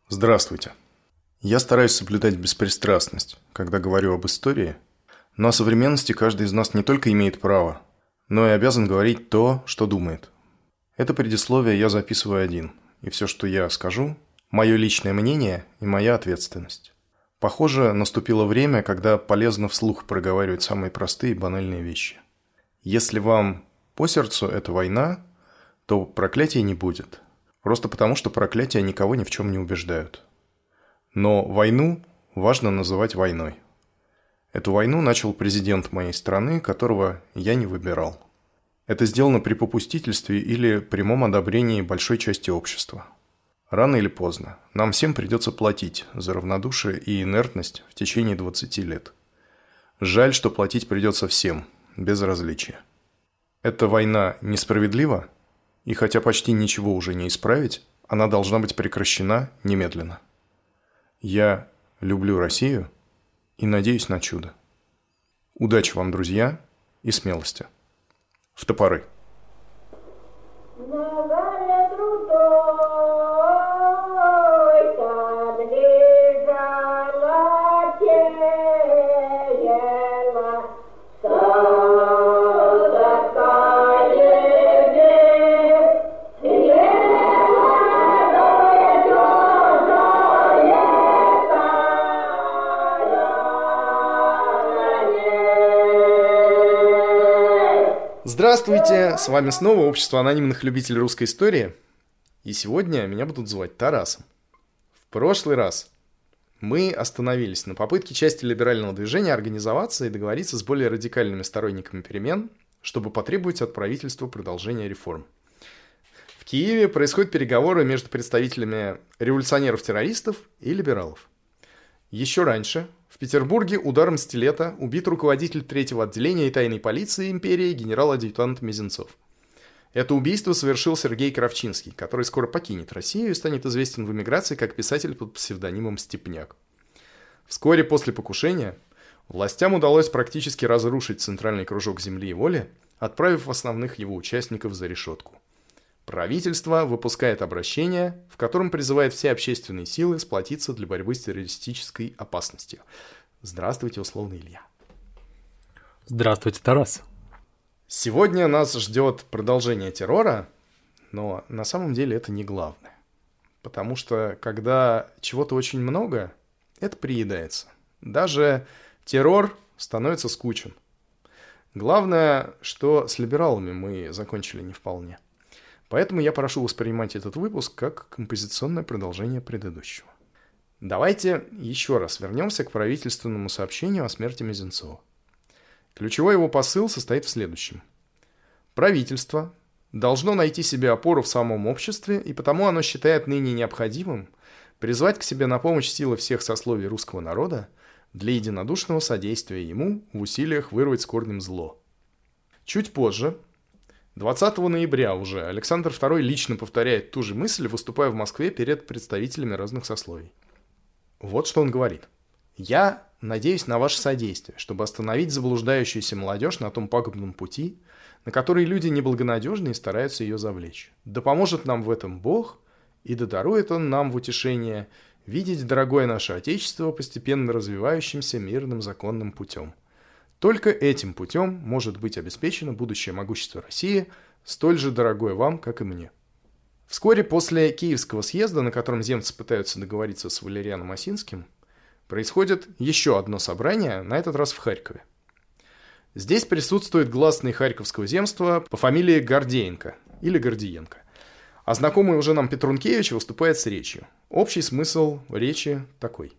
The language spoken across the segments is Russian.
Здравствуйте. Я стараюсь соблюдать беспристрастность, когда говорю об истории, но о современности каждый из нас не только имеет право, но и обязан говорить то, что думает. Это предисловие я записываю один, и все, что я скажу, мое личное мнение и моя ответственность. Похоже, наступило время, когда полезно вслух проговаривать самые простые и банальные вещи. Если вам по сердцу эта война, то проклятий не будет. Просто потому, что проклятия никого ни в чем не убеждают. Но войну важно называть войной. Эту войну начал президент моей страны, которого я не выбирал. Это сделано при попустительстве или прямом одобрении большой части общества. Рано или поздно нам всем придется платить за равнодушие и инертность в течение 20 лет. Жаль, что платить придется всем, без различия. Эта война несправедлива, и хотя почти ничего уже не исправить, она должна быть прекращена немедленно. Я люблю Россию и надеюсь на чудо. Удачи вам, друзья, и смелости. В топоры. Здравствуйте, с вами снова Общество анонимных любителей русской истории. И сегодня меня будут звать Тарасом. В прошлый раз мы остановились на попытке части либерального движения организоваться и договориться с более радикальными сторонниками перемен, чтобы потребовать от правительства продолжения реформ. В Киеве происходят переговоры между представителями революционеров-террористов и либералов. Еще раньше в Петербурге ударом стилета убит руководитель третьего отделения тайной полиции империи генерал-адъютант Мезенцов. Это убийство совершил Сергей Кравчинский, который скоро покинет Россию и станет известен в эмиграции как писатель под псевдонимом Степняк. Вскоре после покушения властям удалось практически разрушить центральный кружок земли и воли, отправив основных его участников за решетку. Правительство выпускает обращение, в котором призывает все общественные силы сплотиться для борьбы с террористической опасностью. Здравствуйте, условный Илья. Здравствуйте, Тарас. Сегодня нас ждет продолжение террора, но на самом деле это не главное. Потому что когда чего-то очень много, это приедается. Даже террор становится скучен. Главное, что с либералами мы закончили не вполне. Поэтому я прошу воспринимать этот выпуск как композиционное продолжение предыдущего. Давайте еще раз вернемся к правительственному сообщению о смерти Мезенцова. Ключевой его посыл состоит в следующем. Правительство должно найти себе опору в самом обществе, и потому оно считает ныне необходимым призвать к себе на помощь силы всех сословий русского народа для единодушного содействия ему в усилиях вырвать с корнем зло. Чуть позже, 20 ноября уже, Александр II лично повторяет ту же мысль, выступая в Москве перед представителями разных сословий. Вот что он говорит. «Я надеюсь на ваше содействие, чтобы остановить заблуждающуюся молодежь на том пагубном пути, на который люди неблагонадежные стараются ее завлечь. Да поможет нам в этом Бог, и да дарует Он нам в утешение видеть дорогое наше Отечество постепенно развивающимся мирным законным путем. Только этим путем может быть обеспечено будущее могущество России, столь же дорогое вам, как и мне». Вскоре после Киевского съезда, на котором земцы пытаются договориться с Валерианом Осинским, происходит еще одно собрание, на этот раз в Харькове. Здесь присутствует гласный Харьковского земства по фамилии Гордеенко или Гордиенко. А знакомый уже нам Петрункевич выступает с речью. Общий смысл речи такой.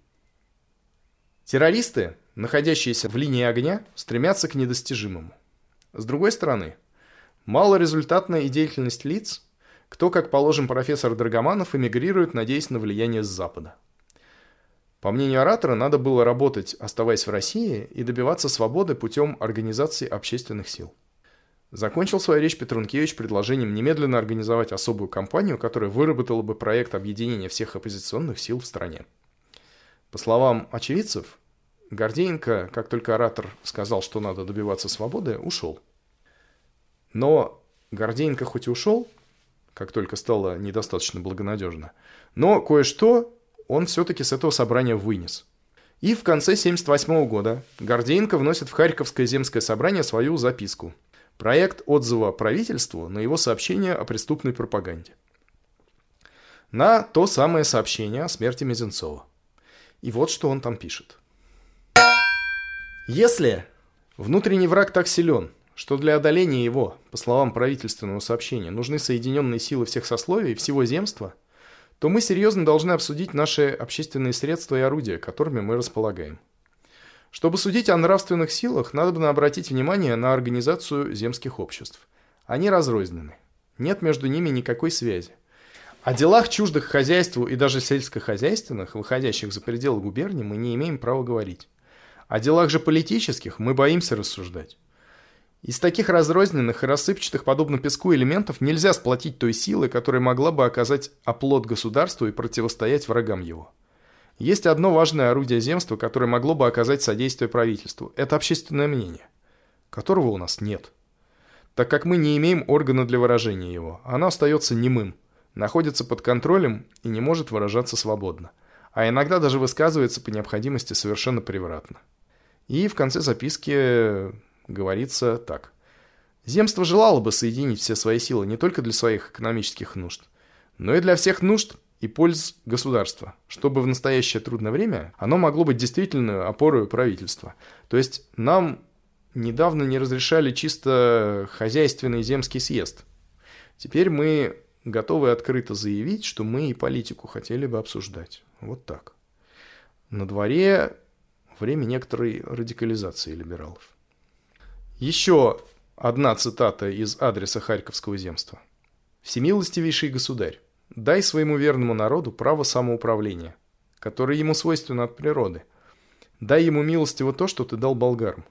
Террористы, находящиеся в линии огня, стремятся к недостижимому. С другой стороны, малорезультатная и деятельность лиц, кто, как положим, профессор Драгоманов, эмигрирует, надеясь на влияние с Запада. По мнению оратора, надо было работать, оставаясь в России, и добиваться свободы путем организации общественных сил. Закончил свою речь Петрункевич предложением немедленно организовать особую кампанию, которая выработала бы проект объединения всех оппозиционных сил в стране. По словам очевидцев, Гордеенко, как только оратор сказал, что надо добиваться свободы, ушел. Но Гордеенко хоть и ушел, как только стало недостаточно благонадежно, но кое-что он все-таки с этого собрания вынес. И в конце 1978 года Гордеенко вносит в Харьковское земское собрание свою записку. Проект отзыва правительству на его сообщение о преступной пропаганде. На то самое сообщение о смерти Мезенцова. И вот что он там пишет. Если внутренний враг так силен, что для одоления его, по словам правительственного сообщения, нужны соединенные силы всех сословий, всего земства, то мы серьезно должны обсудить наши общественные средства и орудия, которыми мы располагаем. Чтобы судить о нравственных силах, надо обратить внимание на организацию земских обществ. Они разрознены. Нет между ними никакой связи. О делах чуждых хозяйству и даже сельскохозяйственных, выходящих за пределы губернии, мы не имеем права говорить. О делах же политических мы боимся рассуждать. Из таких разрозненных и рассыпчатых, подобно песку, элементов нельзя сплотить той силы, которая могла бы оказать оплот государству и противостоять врагам его. Есть одно важное орудие земства, которое могло бы оказать содействие правительству. Это общественное мнение, которого у нас нет. Так как мы не имеем органа для выражения его, оно остается немым, находится под контролем и не может выражаться свободно, а иногда даже высказывается по необходимости совершенно превратно. И в конце записки говорится так. Земство желало бы соединить все свои силы не только для своих экономических нужд, но и для всех нужд и польз государства, чтобы в настоящее трудное время оно могло быть действительно опорой правительства. То есть нам недавно не разрешали чисто хозяйственный земский съезд. Теперь мы готовы открыто заявить, что мы и политику хотели бы обсуждать. Вот так. На дворе время некоторой радикализации либералов. Еще одна цитата из адреса Харьковского земства. «Всемилостивейший государь, дай своему верному народу право самоуправления, которое ему свойственно от природы. Дай ему милостиво то, что ты дал болгарам».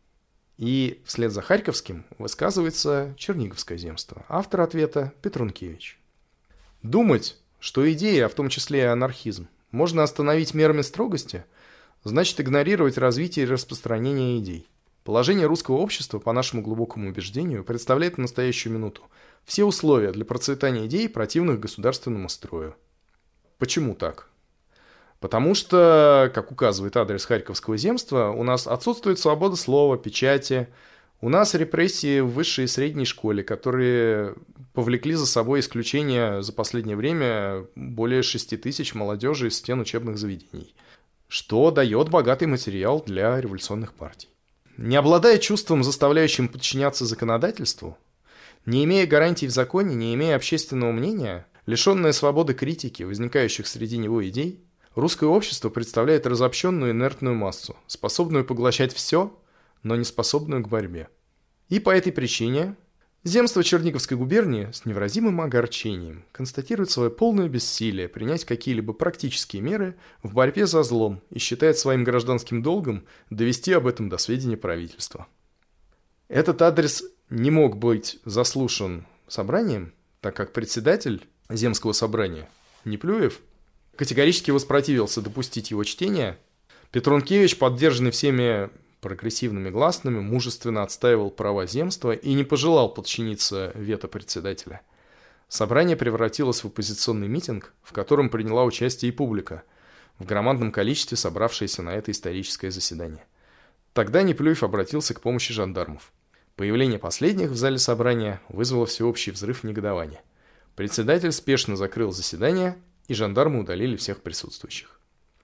И вслед за Харьковским высказывается Черниговское земство. Автор ответа Петрункевич. Думать, что идеи, а в том числе и анархизм, можно остановить мерами строгости, значит игнорировать развитие и распространение идей. Положение русского общества, по нашему глубокому убеждению, представляет в настоящую минуту все условия для процветания идей, противных государственному строю. Почему так? Потому что, как указывает адрес Харьковского земства, у нас отсутствует свобода слова, печати, у нас репрессии в высшей и средней школе, которые повлекли за собой исключение за последнее время более 6 тысяч молодежи из стен учебных заведений, что дает богатый материал для революционных партий. Не обладая чувством, заставляющим подчиняться законодательству, не имея гарантий в законе, не имея общественного мнения, лишенное свободы критики, возникающих среди него идей, русское общество представляет разобщенную инертную массу, способную поглощать все, но не способную к борьбе. И по этой причине земство Черниговской губернии с невыразимым огорчением констатирует свое полное бессилие принять какие-либо практические меры в борьбе за злом и считает своим гражданским долгом довести об этом до сведения правительства. Этот адрес не мог быть заслушан собранием, так как председатель земского собрания Неплюев категорически воспротивился допустить его чтение. Петрункевич, поддержанный всеми прогрессивными гласными, мужественно отстаивал права земства и не пожелал подчиниться вето председателя. Собрание превратилось в оппозиционный митинг, в котором приняла участие и публика, в громадном количестве собравшаяся на это историческое заседание. Тогда Неплюев обратился к помощи жандармов. Появление последних в зале собрания вызвало всеобщий взрыв негодования. Председатель спешно закрыл заседание, и жандармы удалили всех присутствующих.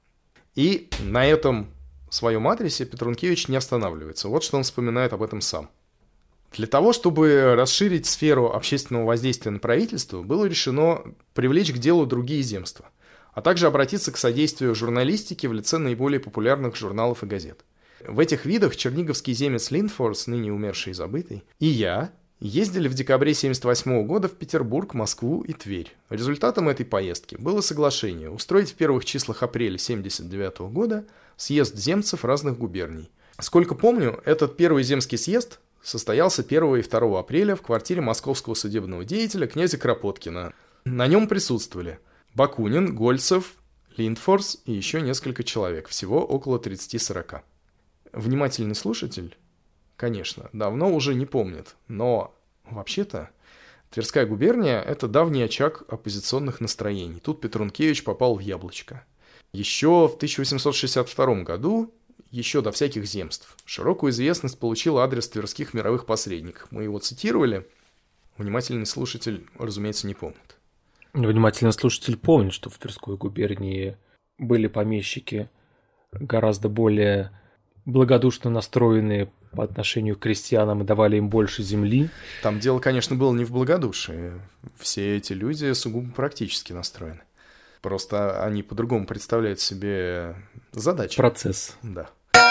И на этом своем адресе Петрункевич не останавливается. Вот что он вспоминает об этом сам. Для того, чтобы расширить сферу общественного воздействия на правительство, было решено привлечь к делу другие земства, а также обратиться к содействию журналистики в лице наиболее популярных журналов и газет. В этих видах черниговский земец Линдфорс, ныне умерший и забытый, и я ездили в декабре 1978 года в Петербург, Москву и Тверь. Результатом этой поездки было соглашение устроить в первых числах апреля 1979 года съезд земцев разных губерний. Сколько помню, этот первый земский съезд состоялся 1 и 2 апреля в квартире московского судебного деятеля князя Кропоткина. На нем присутствовали Бакунин, Гольцев, Линдфорс и еще несколько человек, всего около 30-40. Внимательный слушатель, конечно, давно уже не помнит, но вообще-то Тверская губерния – это давний очаг оппозиционных настроений. Тут Петрункевич попал в яблочко. Еще в 1862 году, еще до всяких земств, широкую известность получил адрес тверских мировых посредников. Мы его цитировали. Внимательный слушатель, разумеется, не помнит. Внимательный слушатель помнит, что в Тверской губернии были помещики гораздо более благодушно настроенные по отношению к крестьянам и давали им больше земли. Там дело, конечно, было не в благодушии. Все эти люди сугубо практически настроены. Просто они по-другому представляют себе задачи. Процесс. Да.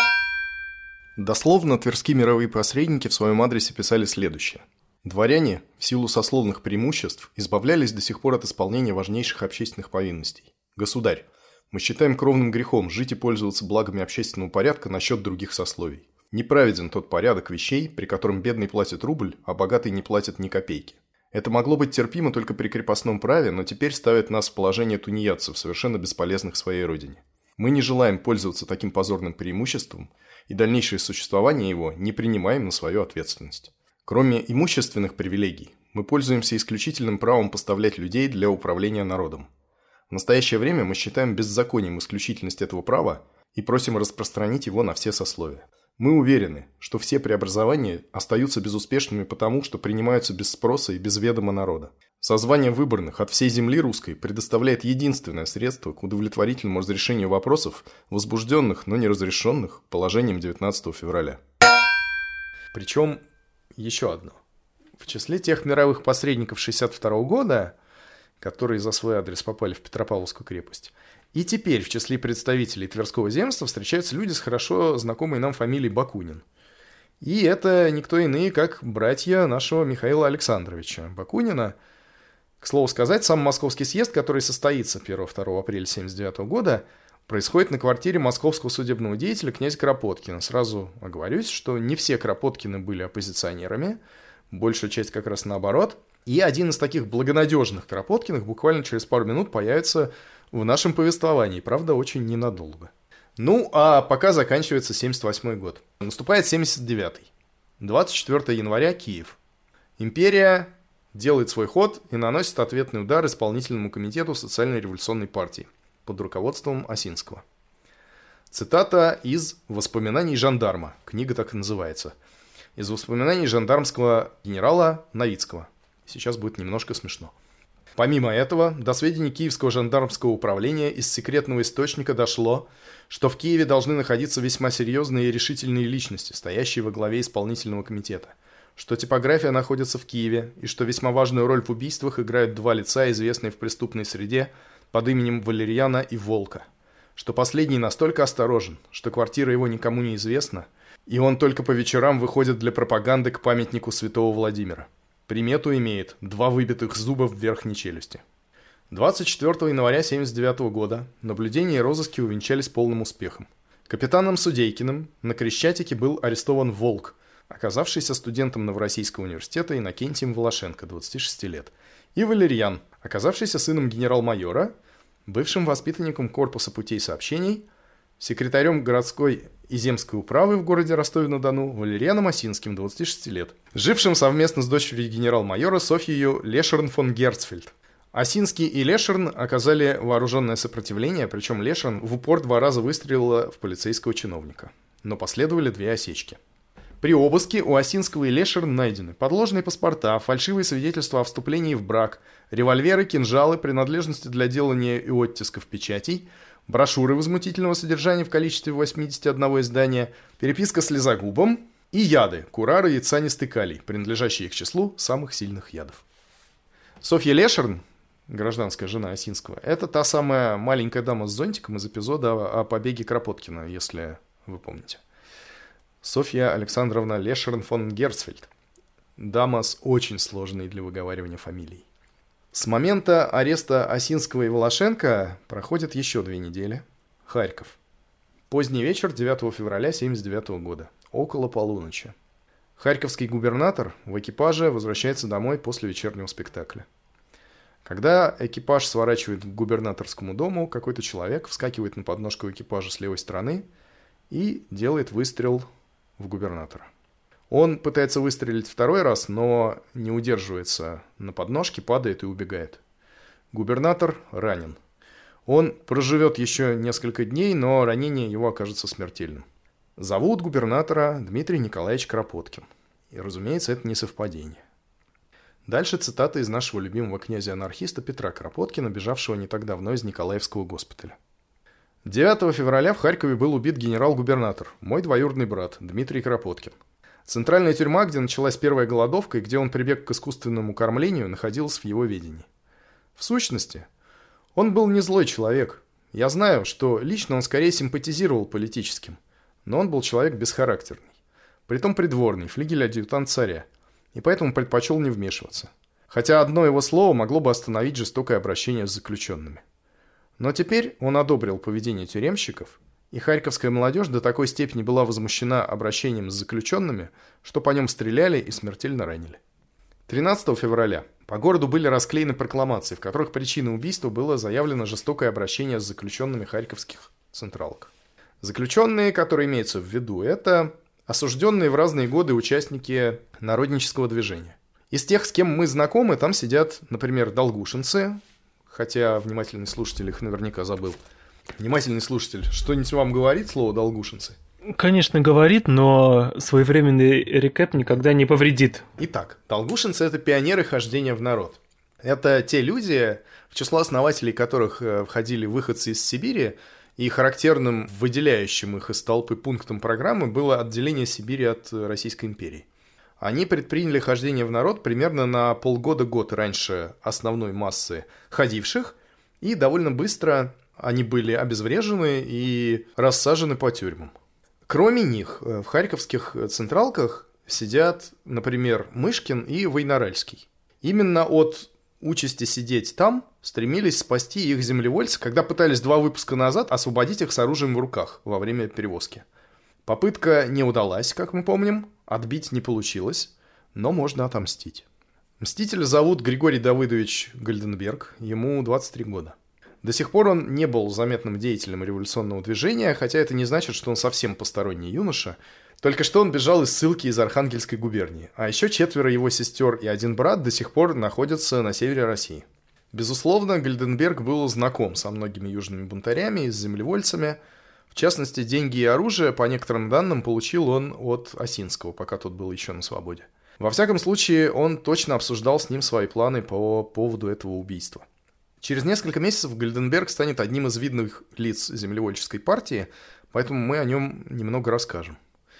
Дословно, тверские мировые посредники в своем адресе писали следующее. Дворяне, в силу сословных преимуществ, избавлялись до сих пор от исполнения важнейших общественных повинностей. Государь, мы считаем кровным грехом жить и пользоваться благами общественного порядка на счет других сословий. Неправеден тот порядок вещей, при котором бедный платит рубль, а богатый не платит ни копейки. Это могло быть терпимо только при крепостном праве, но теперь ставит нас в положение тунеядцев, совершенно бесполезных в своей родине. Мы не желаем пользоваться таким позорным преимуществом, и дальнейшее существование его не принимаем на свою ответственность. Кроме имущественных привилегий, мы пользуемся исключительным правом поставлять людей для управления народом. В настоящее время мы считаем беззаконием исключительность этого права и просим распространить его на все сословия. Мы уверены, что все преобразования остаются безуспешными потому, что принимаются без спроса и без ведома народа. Созвание выборных от всей земли русской предоставляет единственное средство к удовлетворительному разрешению вопросов, возбужденных, но не разрешенных положением 19 февраля. Причем еще одно. В числе тех мировых посредников 1962 года, которые за свой адрес попали в Петропавловскую крепость, и теперь в числе представителей Тверского земства встречаются люди с хорошо знакомой нам фамилией Бакунин. И это никто иные, как братья нашего Михаила Александровича Бакунина. К слову сказать, сам Московский съезд, который состоится 1-2 апреля 1979 года, происходит на квартире московского судебного деятеля князя Кропоткина. Сразу оговорюсь, что не все Кропоткины были оппозиционерами, большая часть как раз наоборот. И один из таких благонадежных Кропоткиных буквально через пару минут появится в нашем повествовании, правда, очень ненадолго. Ну, а пока заканчивается 1978 год. Наступает 1979. 24 января, Киев. Империя делает свой ход и наносит ответный удар исполнительному комитету социально-революционной партии под руководством Осинского. Цитата из «Воспоминаний жандарма». Книга так и называется. Из воспоминаний жандармского генерала Новицкого. Сейчас будет немножко смешно. Помимо этого, до сведений Киевского жандармского управления из секретного источника дошло, что в Киеве должны находиться весьма серьезные и решительные личности, стоящие во главе исполнительного комитета, что типография находится в Киеве и что весьма важную роль в убийствах играют два лица, известные в преступной среде под именем Валерьяна и Волка, что последний настолько осторожен, что квартира его никому не известна, и он только по вечерам выходит для пропаганды к памятнику святого Владимира. Примету имеет 2 выбитых зуба в верхней челюсти. 24 января 1979 года наблюдения и розыски увенчались полным успехом. Капитаном Судейкиным на Крещатике был арестован Волк, оказавшийся студентом Новороссийского университета Иннокентием Волошенко, 26 лет, и Валерьян, оказавшийся сыном генерал-майора, бывшим воспитанником корпуса путей сообщений, секретарем городской и земской управы в городе Ростове-на-Дону Валерианом Осинским, 26 лет, жившим совместно с дочерью генерал-майора Софьей Лешерн фон Герцфельд. Осинский и Лешерн оказали вооруженное сопротивление, причем Лешерн в упор 2 раза выстрелила в полицейского чиновника. Но последовали 2 осечки. При обыске у Осинского и Лешерн найдены подложные паспорта, фальшивые свидетельства о вступлении в брак, револьверы, кинжалы, принадлежности для делания и оттисков печатей, брошюры возмутительного содержания в количестве 81 издания, переписка с лизогубом и яды, курары и цианистый калий, принадлежащие к числу самых сильных ядов. Софья Лешерн, гражданская жена Осинского, это та самая маленькая дама с зонтиком из эпизода о побеге Кропоткина, если вы помните. Софья Александровна Лешерн фон Герцфельд. Дама с очень сложной для выговаривания фамилией. С момента ареста Осинского и Волошенко проходит еще 2 недели. Харьков. Поздний вечер 9 февраля 1979 года. Около полуночи. Харьковский губернатор в экипаже возвращается домой после вечернего спектакля. Когда экипаж сворачивает к губернаторскому дому, какой-то человек вскакивает на подножку экипажа с левой стороны и делает выстрел в губернатора. Он пытается выстрелить 2 раз, но не удерживается на подножке, падает и убегает. Губернатор ранен. Он проживет еще несколько дней, но ранение его окажется смертельным. Зовут губернатора Дмитрий Николаевич Кропоткин. И, разумеется, это не совпадение. Дальше цитата из нашего любимого князя-анархиста Петра Кропоткина, бежавшего не так давно из Николаевского госпиталя. 9 февраля в Харькове был убит генерал-губернатор, мой двоюродный брат, Дмитрий Кропоткин. Центральная тюрьма, где началась первая голодовка и где он прибег к искусственному кормлению, находилась в его ведении. В сущности, он был не злой человек. Я знаю, что лично он скорее симпатизировал политическим, но он был человек бесхарактерный. Притом придворный, флигель-адъютант царя, и поэтому предпочел не вмешиваться. Хотя одно его слово могло бы остановить жестокое обращение с заключенными. Но теперь он одобрил поведение тюремщиков, и харьковская молодежь до такой степени была возмущена обращением с заключенными, что по нем стреляли и смертельно ранили. 13 февраля по городу были расклеены прокламации, в которых причиной убийства было заявлено жестокое обращение с заключенными харьковских централок. Заключенные, которые имеются в виду, это осужденные в разные годы участники народнического движения. Из тех, с кем мы знакомы, там сидят, например, долгушинцы, хотя внимательный слушатель их наверняка забыл. Внимательный слушатель, что-нибудь вам говорит слово «долгушинцы»? Конечно, говорит, но своевременный рекэп никогда не повредит. Итак, долгушинцы – это пионеры хождения в народ. Это те люди, в число основателей которых входили выходцы из Сибири, и характерным выделяющим их из толпы пунктом программы было отделение Сибири от Российской империи. Они предприняли хождение в народ примерно на полгода-год раньше основной массы ходивших, и довольно быстро они были обезврежены и рассажены по тюрьмам. Кроме них, в харьковских централках сидят, например, Мышкин и Войноральский. Именно от участи сидеть там стремились спасти их землевольцы, когда пытались 2 выпуска назад освободить их с оружием в руках во время перевозки. Попытка не удалась, как мы помним, отбить не получилось, но можно отомстить. Мстителя зовут Григорий Давыдович Гальденберг, ему 23 года. До сих пор он не был заметным деятелем революционного движения, хотя это не значит, что он совсем посторонний юноша. Только что он бежал из ссылки из Архангельской губернии, а еще 4 его сестер и 1 брат до сих пор находятся на севере России. Безусловно, Гальденберг был знаком со многими южными бунтарями и с землевольцами. В частности, деньги и оружие, по некоторым данным, получил он от Осинского, пока тот был еще на свободе. Во всяком случае, он точно обсуждал с ним свои планы по поводу этого убийства. Через несколько месяцев Гальденберг станет одним из видных лиц землевольческой партии, поэтому мы о нем немного расскажем.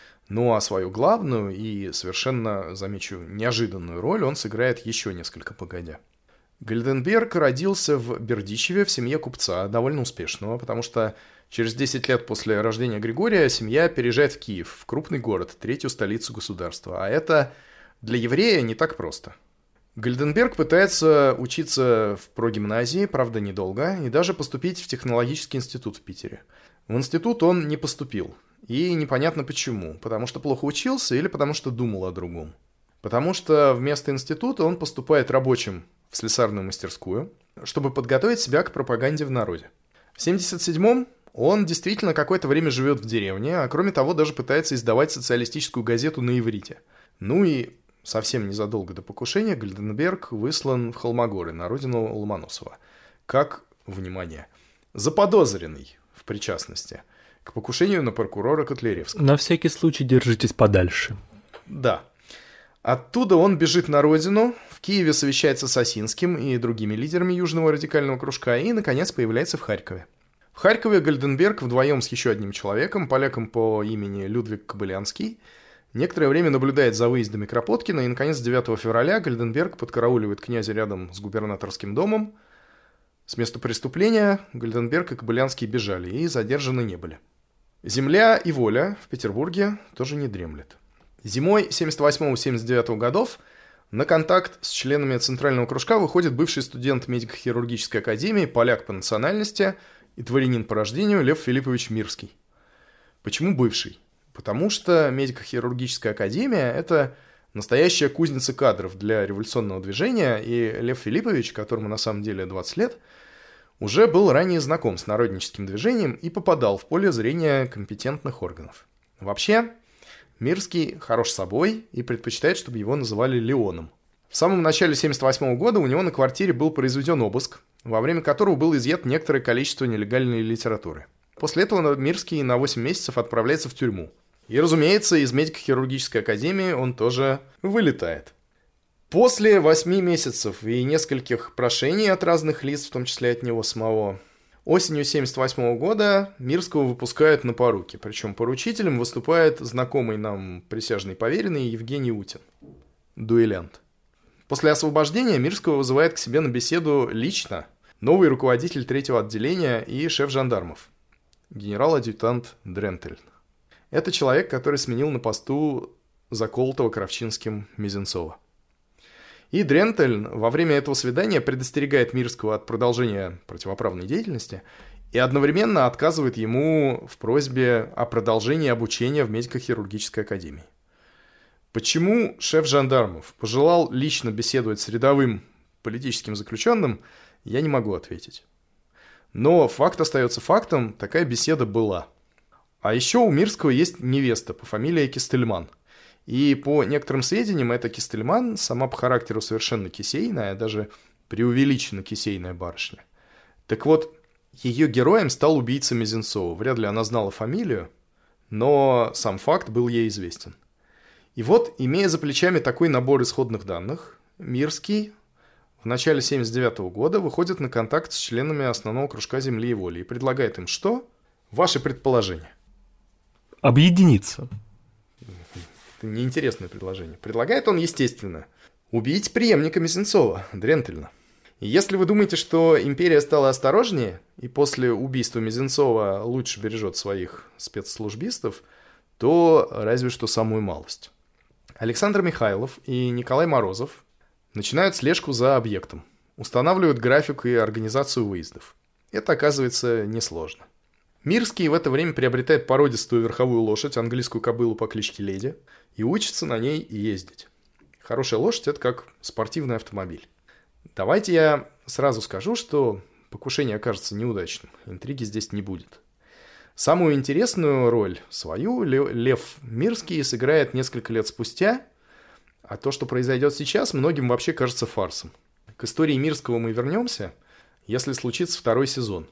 Ну а свою главную и совершенно, замечу, неожиданную роль он сыграет еще несколько погодя. Гальденберг родился в Бердичеве в семье купца, довольно успешного, потому что через 10 лет после рождения Григория семья переезжает в Киев, в крупный город, 3-ю столицу государства. А это для еврея не так просто. Гальденберг пытается учиться в прогимназии, правда недолго, и даже поступить в технологический институт в Питере. В институт он не поступил. И непонятно почему. Потому что плохо учился или потому что думал о другом. Потому что вместо института он поступает рабочим в слесарную мастерскую, чтобы подготовить себя к пропаганде в народе. В 1977-м он действительно какое-то время живет в деревне, а кроме того даже пытается издавать социалистическую газету на иврите. Ну и совсем незадолго до покушения Гальденберг выслан в Холмогоры, на родину Ломоносова, как, внимание, заподозренный в причастности к покушению на прокурора Котляревского. На всякий случай держитесь подальше. Да. Оттуда он бежит на родину, в Киеве совещается с Осинским и другими лидерами Южного радикального кружка и, наконец, появляется в Харькове. В Харькове Гальденберг вдвоем с еще одним человеком, поляком по имени Людвиг Кобылянский, некоторое время наблюдает за выездами Кропоткина, и, наконец, 9 февраля Гальденберг подкарауливает князя рядом с губернаторским домом. С места преступления Гальденберг и Кобылянский бежали и задержаны не были. Земля и воля в Петербурге тоже не дремлет. Зимой 78-79 годов на контакт с членами Центрального кружка выходит бывший студент медико-хирургической академии, поляк по национальности и дворянин по рождению Лев Филиппович Мирский. Почему бывший? Потому что медико-хирургическая академия – это настоящая кузница кадров для революционного движения, и Лев Филиппович, которому на самом деле 20 лет, уже был ранее знаком с народническим движением и попадал в поле зрения компетентных органов. Вообще, Мирский хорош собой и предпочитает, чтобы его называли Леоном. В самом начале 1978 года у него на квартире был произведен обыск, во время которого было изъято некоторое количество нелегальной литературы. После этого Мирский на 8 месяцев отправляется в тюрьму. И, разумеется, из медико-хирургической академии он тоже вылетает. После 8 месяцев и нескольких прошений от разных лиц, в том числе от него самого, осенью 1978 года Мирского выпускают на поруки. Причем поручителем выступает знакомый нам присяжный поверенный Евгений Утин, дуэлянт. После освобождения Мирского вызывает к себе на беседу лично новый руководитель 3-го отделения и шеф жандармов, генерал-адъютант Дрентельн. Это человек, который сменил на посту заколотого Кравчинским Мезенцова. И Дрентельн во время этого свидания предостерегает Мирского от продолжения противоправной деятельности и одновременно отказывает ему в просьбе о продолжении обучения в медико-хирургической академии. Почему шеф жандармов пожелал лично беседовать с рядовым политическим заключенным, я не могу ответить. Но факт остается фактом, такая беседа была. А еще у Мирского есть невеста по фамилии Кистельман. И по некоторым сведениям, эта Кистельман сама по характеру совершенно кисейная, даже преувеличенно кисейная барышня. Так вот, ее героем стал убийца Мезенцова. Вряд ли она знала фамилию, но сам факт был ей известен. И вот, имея за плечами такой набор исходных данных, Мирский в начале 1979 года выходит на контакт с членами основного кружка «Земли и воли» и предлагает им что? Ваши предположения. Объединиться. Это неинтересное предложение. Предлагает он, естественно, убить преемника Мезенцова, Дрентельна. И если вы думаете, что империя стала осторожнее, и после убийства Мезенцова лучше бережет своих спецслужбистов, то разве что самую малость. Александр Михайлов и Николай Морозов начинают слежку за объектом, устанавливают график и организацию выездов. Это оказывается несложно. Мирский в это время приобретает породистую верховую лошадь, английскую кобылу по кличке Леди, и учится на ней ездить. Хорошая лошадь – это как спортивный автомобиль. Давайте я сразу скажу, что покушение окажется неудачным, интриги здесь не будет. Самую интересную роль свою Лев Мирский сыграет несколько лет спустя, а то, что произойдет сейчас, многим вообще кажется фарсом. К истории Мирского мы вернемся, если случится 2-й сезон.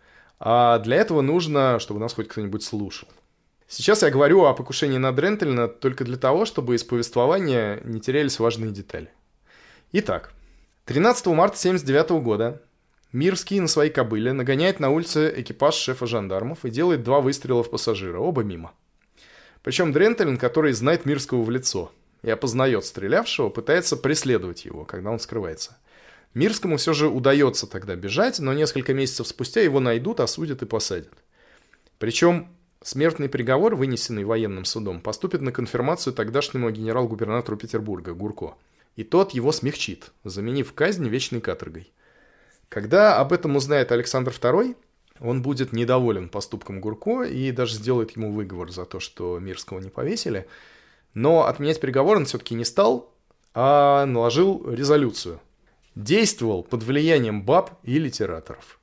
А для этого нужно, чтобы нас хоть кто-нибудь слушал. Сейчас я говорю о покушении на Дрентельна только для того, чтобы из повествования не терялись важные детали. Итак, 13 марта 1979 года Мирский на своей кобыле нагоняет на улице экипаж шефа жандармов и делает 2 выстрела в пассажира, оба мимо. Причем Дрентельн, который знает Мирского в лицо и опознает стрелявшего, пытается преследовать его, когда он скрывается. Мирскому все же удается тогда бежать, но несколько месяцев спустя его найдут, осудят и посадят. Причем смертный приговор, вынесенный военным судом, поступит на конфирмацию тогдашнему генерал-губернатору Петербурга Гурко. И тот его смягчит, заменив казнь вечной каторгой. Когда об этом узнает Александр II, он будет недоволен поступком Гурко и даже сделает ему выговор за то, что Мирского не повесили. Но отменять приговор он все-таки не стал, а наложил резолюцию. Действовал под влиянием баб и литераторов.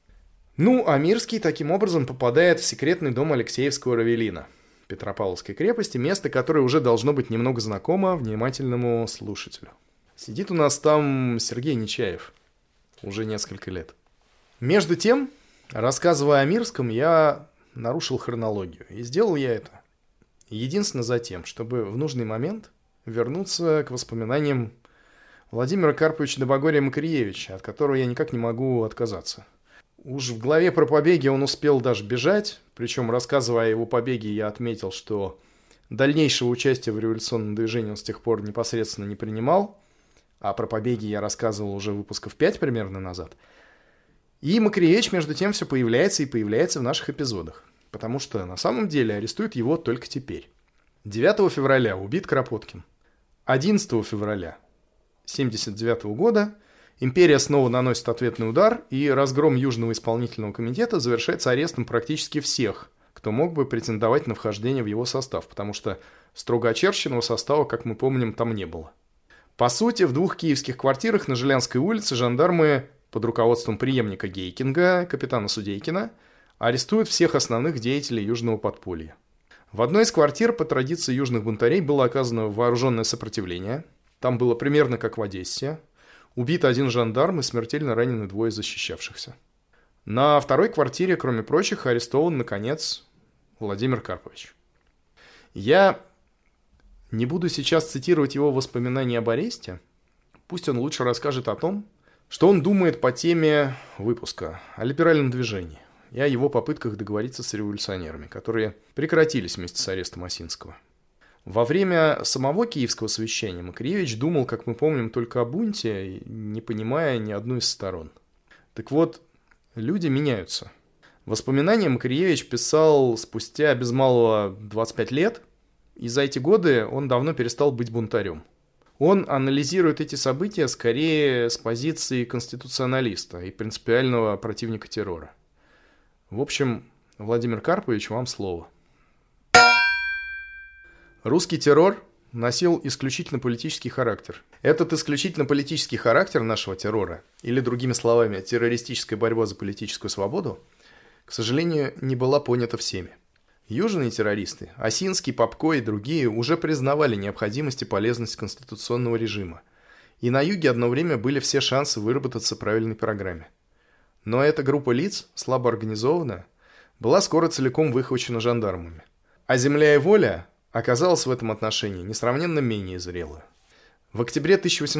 Ну, а Мирский таким образом попадает в секретный дом Алексеевского Равелина, Петропавловской крепости, место, которое уже должно быть немного знакомо внимательному слушателю. Сидит у нас там Сергей Нечаев уже несколько лет. Между тем, рассказывая о Мирском, я нарушил хронологию. И сделал я это единственно за тем, чтобы в нужный момент вернуться к воспоминаниям Владимира Карповича Добогория-Макаревича, от которого я никак не могу отказаться. Уж в главе про побеги он успел даже бежать, причем, рассказывая о его побеге, я отметил, что дальнейшего участия в революционном движении он с тех пор непосредственно не принимал, а про побеги я рассказывал уже выпусков 5 примерно назад. И Макаревич, между тем, все появляется и появляется в наших эпизодах, потому что на самом деле арестуют его только теперь. 9 февраля убит Кропоткин. 11 февраля 1979 года империя снова наносит ответный удар, и разгром Южного исполнительного комитета завершается арестом практически всех, кто мог бы претендовать на вхождение в его состав, потому что строго очерченного состава, как мы помним, там не было. По сути, в 2 киевских квартирах на Жилянской улице жандармы под руководством преемника Гейкинга, капитана Судейкина, арестуют всех основных деятелей Южного подполья. В одной из квартир по традиции южных бунтарей было оказано вооруженное сопротивление. Там было примерно как в Одессе. Убит один жандарм и смертельно ранены двое защищавшихся. На второй квартире, кроме прочих, арестован, наконец, Владимир Карпович. Я не буду сейчас цитировать его воспоминания об аресте. Пусть он лучше расскажет о том, что он думает по теме выпуска, о либеральном движении и о его попытках договориться с революционерами, которые прекратились вместе с арестом Осинского. Во время самого Киевского совещания Макаревич думал, как мы помним, только о бунте, не понимая ни одну из сторон. Так вот, люди меняются. Воспоминания Макаревич писал спустя без малого 25 лет, и за эти годы он давно перестал быть бунтарем. Он анализирует эти события скорее с позиции конституционалиста и принципиального противника террора. В общем, Владимир Карпович, вам слово. Русский террор носил исключительно политический характер. Этот исключительно политический характер нашего террора, или другими словами, террористическая борьба за политическую свободу, к сожалению, не была понята всеми. Южные террористы, Осинский, Попко и другие, уже признавали необходимость и полезность конституционного режима. И на юге одно время были все шансы выработаться правильной программе. Но эта группа лиц, слабо организованная, была скоро целиком выхвачена жандармами. А «Земля и воля» оказалась в этом отношении несравненно менее зрелой. В октябре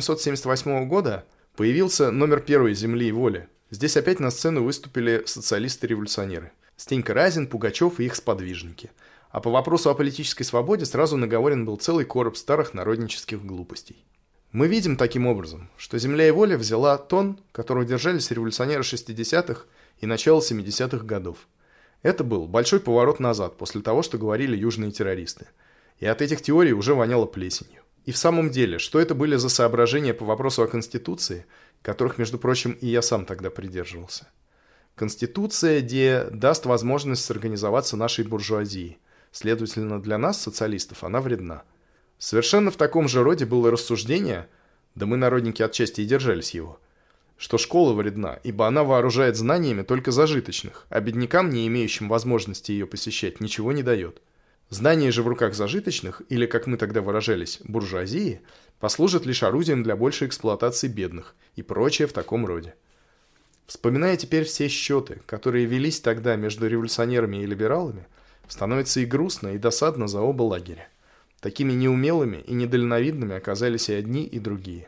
1878 года появился номер 1 «Земли и воли». Здесь опять на сцену выступили социалисты-революционеры. Стенька Разин, Пугачев и их сподвижники. А по вопросу о политической свободе сразу наговорен был целый короб старых народнических глупостей. Мы видим таким образом, что «Земля и воля» взяла тон, которого держались революционеры 60-х и начала 70-х годов. Это был большой поворот назад после того, что говорили южные террористы. И от этих теорий уже воняло плесенью. И в самом деле, что это были за соображения по вопросу о Конституции, которых, между прочим, и я сам тогда придерживался? Конституция, где даст возможность сорганизоваться нашей буржуазии. Следовательно, для нас, социалистов, она вредна. Совершенно в таком же роде было рассуждение, да мы, народники, отчасти и держались его, что школа вредна, ибо она вооружает знаниями только зажиточных, а беднякам, не имеющим возможности ее посещать, ничего не дает. Знание же в руках зажиточных, или, как мы тогда выражались, буржуазии, послужит лишь орудием для большей эксплуатации бедных и прочее в таком роде. Вспоминая теперь все счеты, которые велись тогда между революционерами и либералами, становится и грустно, и досадно за оба лагеря. Такими неумелыми и недальновидными оказались и одни, и другие.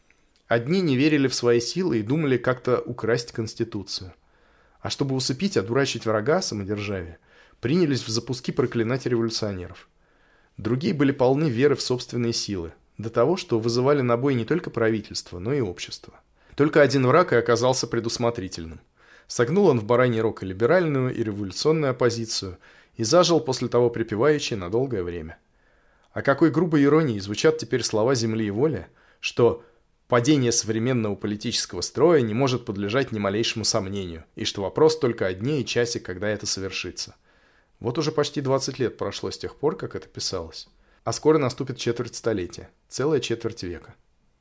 Одни не верили в свои силы и думали как-то украсть Конституцию. А чтобы усыпить, одурачить врага самодержавия, принялись в запуски проклинать революционеров. Другие были полны веры в собственные силы, до того, что вызывали на бой не только правительство, но и общество. Только один враг и оказался предусмотрительным. Согнул он в бараний рог и либеральную, и революционную оппозицию, и зажил после того припеваючи на долгое время. А какой грубой иронией звучат теперь слова «Земли и воли», что падение современного политического строя не может подлежать ни малейшему сомнению, и что вопрос только о дне и часе, когда это совершится. Вот уже почти 20 лет прошло с тех пор, как это писалось. А скоро наступит четверть столетия, целая четверть века.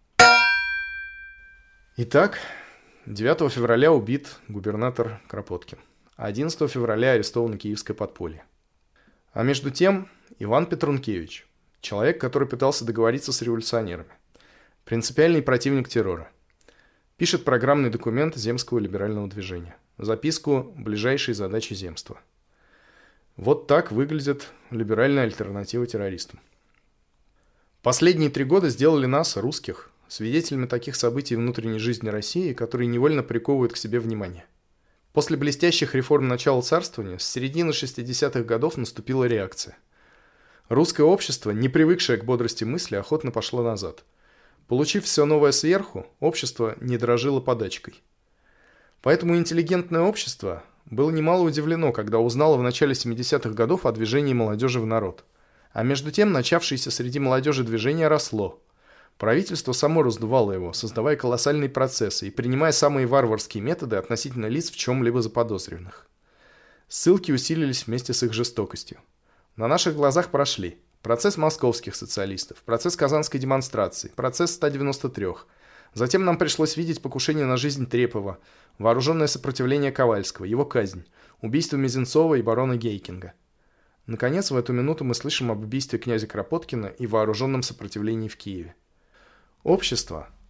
Итак, 9 февраля убит губернатор Кропоткин, а 11 февраля арестовано Киевское подполье. А между тем Иван Петрункевич, человек, который пытался договориться с революционерами, принципиальный противник террора, пишет программный документ Земского либерального движения, записку «Ближайшие задачи земства». Вот так выглядит либеральная альтернатива террористам. Последние 3 года сделали нас, русских, свидетелями таких событий внутренней жизни России, которые невольно приковывают к себе внимание. После блестящих реформ начала царствования с середины 60-х годов наступила реакция. Русское общество, не привыкшее к бодрости мысли, охотно пошло назад. Получив все новое сверху, общество не дорожило подачкой. Поэтому интеллигентное общество было немало удивлено, когда узнало в начале 70-х годов о движении молодежи в народ. А между тем начавшееся среди молодежи движение росло. Правительство само раздувало его, создавая колоссальные процессы и принимая самые варварские методы относительно лиц в чем-либо заподозренных. Ссылки усилились вместе с их жестокостью. На наших глазах прошли процесс московских социалистов, процесс Казанской демонстрации, процесс 193. Затем нам пришлось видеть покушение на жизнь Трепова, вооруженное сопротивление Ковальского, его казнь, убийство Мезенцова и барона Гейкинга. Наконец, в эту минуту мы слышим об убийстве князя Кропоткина и вооруженном сопротивлении в Киеве. Общество,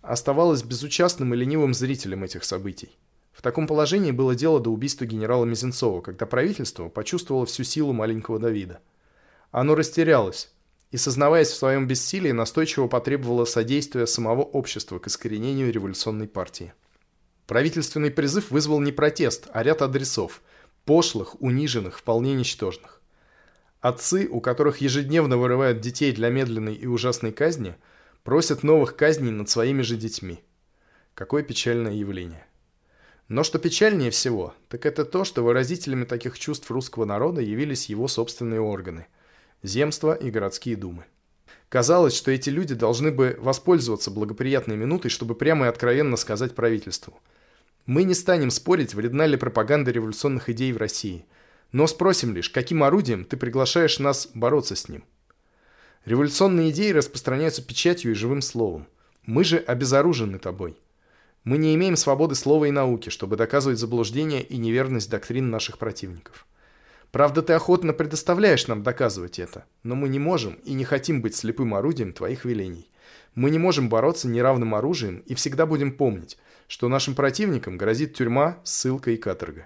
оставалось безучастным и ленивым зрителем этих событий. В таком положении было дело до убийства генерала Мезенцова, когда правительство почувствовало всю силу маленького Давида. Оно растерялось и, сознаваясь в своем бессилии, настойчиво потребовало содействия самого общества к искоренению революционной партии. Правительственный призыв вызвал не протест, а ряд адресов, пошлых, униженных, вполне ничтожных. Отцы, у которых ежедневно вырывают детей для медленной и ужасной казни, просят новых казней над своими же детьми. Какое печальное явление. Но что печальнее всего, так это то, что выразителями таких чувств русского народа явились его собственные органы – земства и городские думы. Казалось, что эти люди должны бы воспользоваться благоприятной минутой, чтобы прямо и откровенно сказать правительству: «Мы не станем спорить, вредна ли пропаганда революционных идей в России, но спросим лишь, каким орудием ты приглашаешь нас бороться с ним». Революционные идеи распространяются печатью и живым словом. Мы же обезоружены тобой. Мы не имеем свободы слова и науки, чтобы доказывать заблуждение и неверность доктрин наших противников. Правда, ты охотно предоставляешь нам доказывать это, но мы не можем и не хотим быть слепым орудием твоих велений. Мы не можем бороться неравным оружием и всегда будем помнить, что нашим противникам грозит тюрьма, ссылка и каторга.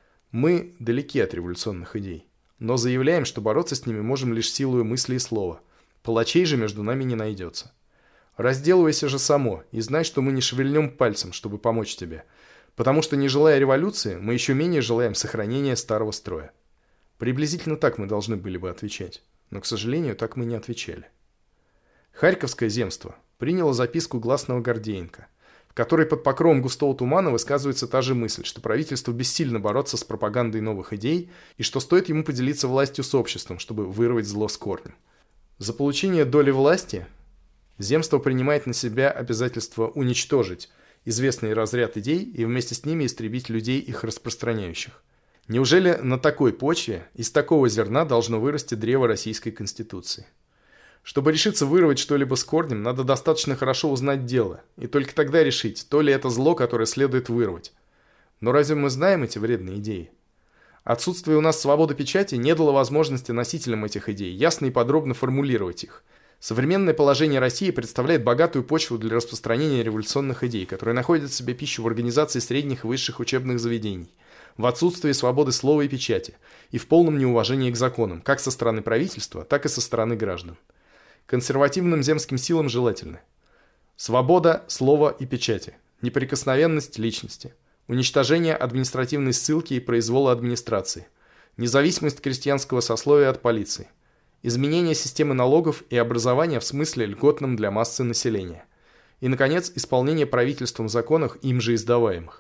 Мы далеки от революционных идей, но заявляем, что бороться с ними можем лишь силой мысли и слова. Палачей же между нами не найдется. Разделывайся же само и знай, что мы не шевельнем пальцем, чтобы помочь тебе, потому что, не желая революции, мы еще менее желаем сохранения старого строя. Приблизительно так мы должны были бы отвечать, но, к сожалению, так мы не отвечали. Харьковское земство приняло записку гласного Гордеенко, в которой под покровом густого тумана высказывается та же мысль, что правительству бессильно бороться с пропагандой новых идей и что стоит ему поделиться властью с обществом, чтобы вырвать зло с корнем. За получение доли власти земство принимает на себя обязательство уничтожить известный разряд идей и вместе с ними истребить людей, их распространяющих. Неужели на такой почве, из такого зерна должно вырасти древо Российской Конституции? Чтобы решиться вырвать что-либо с корнем, надо достаточно хорошо узнать дело, и только тогда решить, то ли это зло, которое следует вырвать. Но разве мы знаем эти вредные идеи? Отсутствие у нас свободы печати не дало возможности носителям этих идей ясно и подробно формулировать их. Современное положение России представляет богатую почву для распространения революционных идей, которые находят в себе пищу в организации средних и высших учебных заведений, в отсутствии свободы слова и печати и в полном неуважении к законам, как со стороны правительства, так и со стороны граждан. Консервативным земским силам желательны свобода слова и печати, неприкосновенность личности, уничтожение административной ссылки и произвола администрации, независимость крестьянского сословия от полиции, изменение системы налогов и образования в смысле льготном для массы населения и, наконец, исполнение правительством законов, им же издаваемых.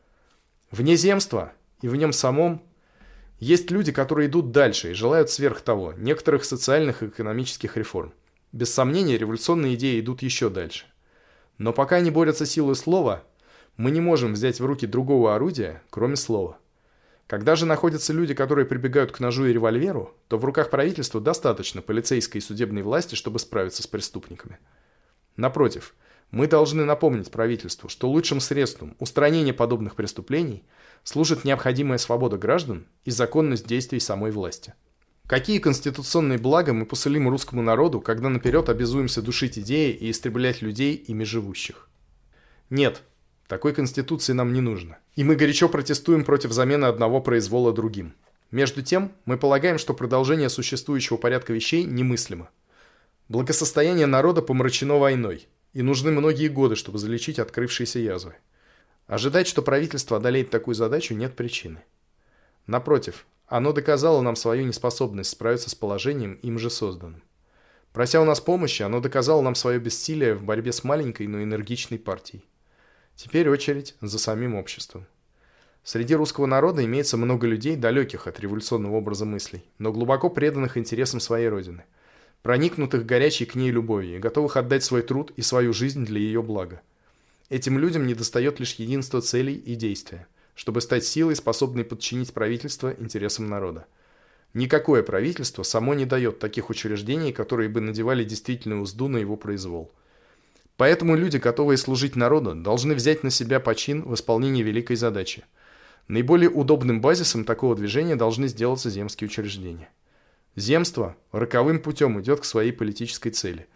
Вне земства и в нем самом есть люди, которые идут дальше и желают сверх того некоторых социальных и экономических реформ. Без сомнения, революционные идеи идут еще дальше. Но пока они борются силой слова, мы не можем взять в руки другого орудия, кроме слова. Когда же находятся люди, которые прибегают к ножу и револьверу, то в руках правительства достаточно полицейской и судебной власти, чтобы справиться с преступниками. Напротив, мы должны напомнить правительству, что лучшим средством устранения подобных преступлений служит необходимая свобода граждан и законность действий самой власти. Какие конституционные блага мы посылим русскому народу, когда наперед обязуемся душить идеи и истреблять людей, ими живущих? Нет, такой конституции нам не нужно. И мы горячо протестуем против замены одного произвола другим. Между тем, мы полагаем, что продолжение существующего порядка вещей немыслимо. Благосостояние народа помрачено войной, и нужны многие годы, чтобы залечить открывшиеся язвы. Ожидать, что правительство одолеет такую задачу, нет причины. Напротив, оно доказало нам свою неспособность справиться с положением, им же созданным. Прося у нас помощи, оно доказало нам свое бессилие в борьбе с маленькой, но энергичной партией. Теперь очередь за самим обществом. Среди русского народа имеется много людей, далеких от революционного образа мыслей, но глубоко преданных интересам своей родины, проникнутых горячей к ней любовью и готовых отдать свой труд и свою жизнь для ее блага. Этим людям недостает лишь единства целей и действия, чтобы стать силой, способной подчинить правительство интересам народа. Никакое правительство само не дает таких учреждений, которые бы надевали действительную узду на его произвол. Поэтому люди, готовые служить народу, должны взять на себя почин в исполнении великой задачи. Наиболее удобным базисом такого движения должны сделаться земские учреждения. Земство роковым путем идет к своей политической цели.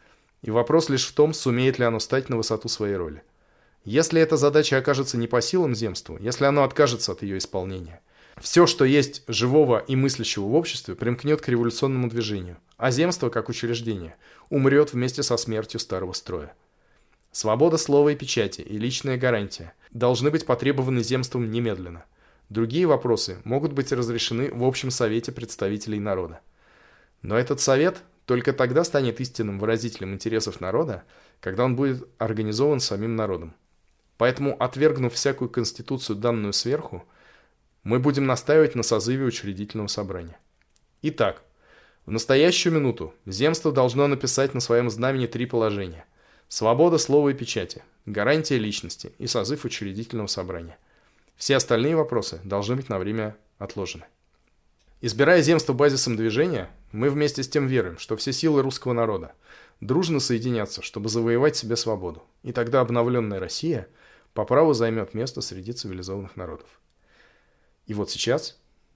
И вопрос лишь в том, сумеет ли оно стать на высоту своей роли. Если эта задача окажется не по силам земству, если оно откажется от ее исполнения, все, что есть живого и мыслящего в обществе, примкнет к революционному движению, а земство, как учреждение, умрет вместе со смертью старого строя. Свобода слова и печати и личная гарантия должны быть потребованы земством немедленно. Другие вопросы могут быть разрешены в общем совете представителей народа. Но этот совет только тогда станет истинным выразителем интересов народа, когда он будет организован самим народом. Поэтому, отвергнув всякую конституцию, данную сверху, мы будем настаивать на созыве учредительного собрания. Итак, в настоящую минуту земство должно написать на своем знамени 3 положения: свобода слова и печати, гарантия личности и созыв учредительного собрания. Все остальные вопросы должны быть на время отложены. Избирая земство базисом движения, мы вместе с тем веруем, что все силы русского народа дружно соединятся, чтобы завоевать себе свободу, и тогда обновленная Россия по праву займет место среди цивилизованных народов. И вот сейчас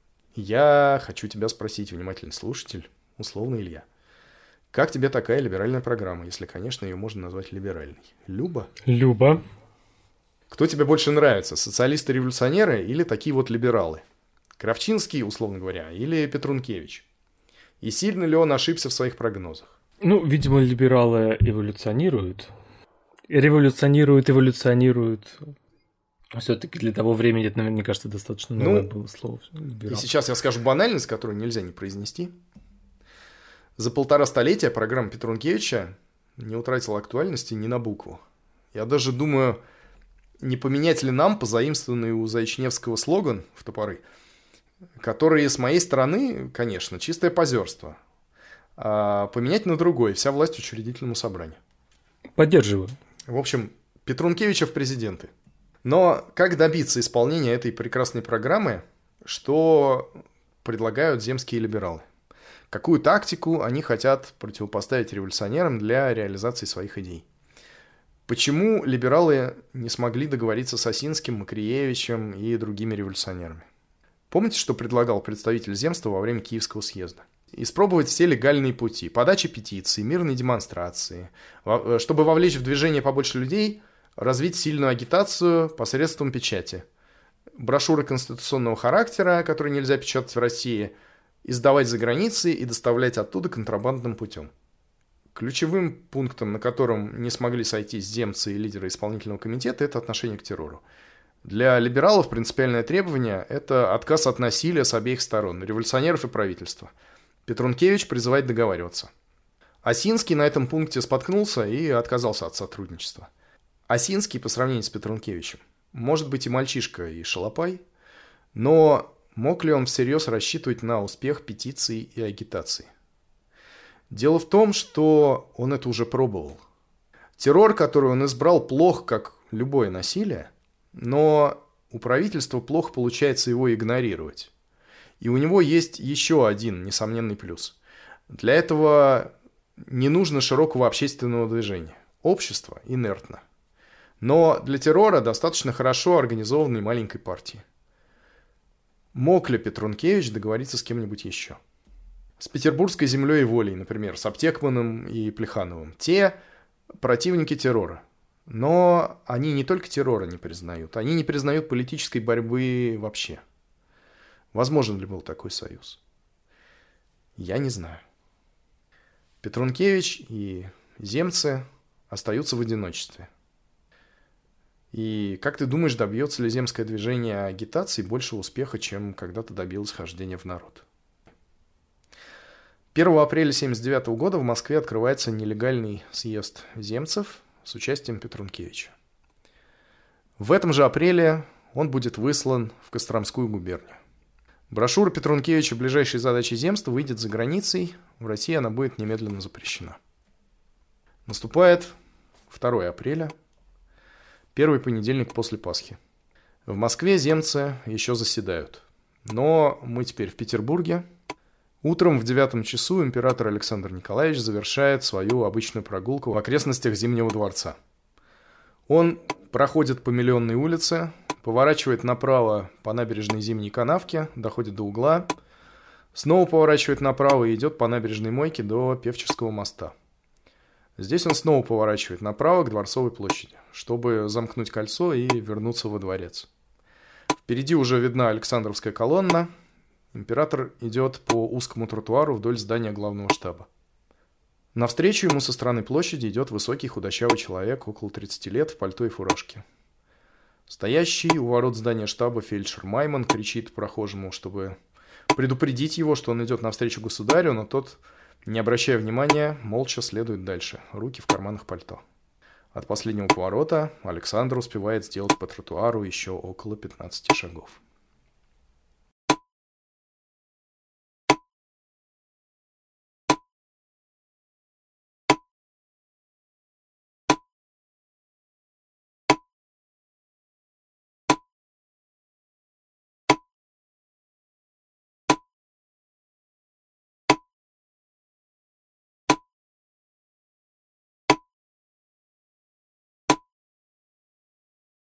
я хочу тебя спросить, внимательный слушатель, условно Илья, как тебе такая либеральная программа, если, конечно, ее можно назвать либеральной? Люба? Люба. Кто тебе больше нравится, социалисты-революционеры или такие вот либералы? Кравчинский, условно говоря, или Петрункевич? И сильно ли он ошибся в своих прогнозах? Ну, видимо, либералы эволюционируют. Эволюционируют. Все-таки для того времени это, мне кажется, достаточно новое было слово. И сейчас я скажу банальность, которую нельзя не произнести. За 1,5 столетия программа Петрункевича не утратила актуальности ни на букву. Я даже думаю, не поменять ли нам позаимствованный у Заичневского слоган в топоры, который с моей стороны, конечно, чистое позерство, а поменять на другой: вся власть учредительному собранию. Поддерживаю. В общем, Петрункевича в президенты. Но как добиться исполнения этой прекрасной программы, что предлагают земские либералы? Какую тактику они хотят противопоставить революционерам для реализации своих идей? Почему либералы не смогли договориться с Осинским, Макриевичем и другими революционерами? Помните, что предлагал представитель земства во время Киевского съезда? Испробовать все легальные пути: подача петиций, мирные демонстрации, чтобы вовлечь в движение побольше людей, развить сильную агитацию посредством печати. Брошюры конституционного характера, которые нельзя печатать в России, издавать за границей и доставлять оттуда контрабандным путем. Ключевым пунктом, на котором не смогли сойтись земцы и лидеры исполнительного комитета, это отношение к террору. Для либералов принципиальное требование – это отказ от насилия с обеих сторон, революционеров и правительства. Петрункевич призывает договариваться. Осинский на этом пункте споткнулся и отказался от сотрудничества. Осинский, по сравнению с Петрункевичем, может быть и мальчишка, и шалопай, но мог ли он всерьез рассчитывать на успех петиций и агитации? Дело в том, что он это уже пробовал. Террор, который он избрал, плох, как любое насилие, но у правительства плохо получается его игнорировать. И у него есть еще один несомненный плюс. Для этого не нужно широкого общественного движения. Общество инертно. Но для террора достаточно хорошо организованной маленькой партии. Мог ли Петрункевич договориться с кем-нибудь еще? С Петербургской землей и волей, например, с Аптекманом и Плехановым. Те противники террора. Но они не только террора не признают, они не признают политической борьбы вообще. Возможен ли был такой союз? Я не знаю. Петрункевич и земцы остаются в одиночестве. И как ты думаешь, добьется ли земское движение агитации большего успеха, чем когда-то добилось хождения в народ? 1 апреля 1979 года в Москве открывается нелегальный съезд земцев с участием Петрункевича. В этом же апреле он будет выслан в Костромскую губернию. Брошюра Петрункевича «Ближайшие задачи земства» выйдет за границей, в России она будет немедленно запрещена. Наступает 2 апреля, первый понедельник после Пасхи. В Москве земцы еще заседают, но мы теперь в Петербурге. Утром в 9 часу император Александр Николаевич завершает свою обычную прогулку в окрестностях Зимнего дворца. Он проходит по Миллионной улице, поворачивает направо по набережной Зимней канавки, доходит до угла, снова поворачивает направо и идет по набережной Мойке до Певческого моста. Здесь он снова поворачивает направо к Дворцовой площади, чтобы замкнуть кольцо и вернуться во дворец. Впереди уже видна Александровская колонна. Император идет по узкому тротуару вдоль здания главного штаба. Навстречу ему со стороны площади идет высокий худощавый человек, около 30 лет, в пальто и фуражке. Стоящий у ворот здания штаба фельдшер Майман кричит прохожему, чтобы предупредить его, что он идет навстречу государю, но тот, не обращая внимания, молча следует дальше, руки в карманах пальто. От последнего поворота Александр успевает сделать по тротуару еще около 15 шагов.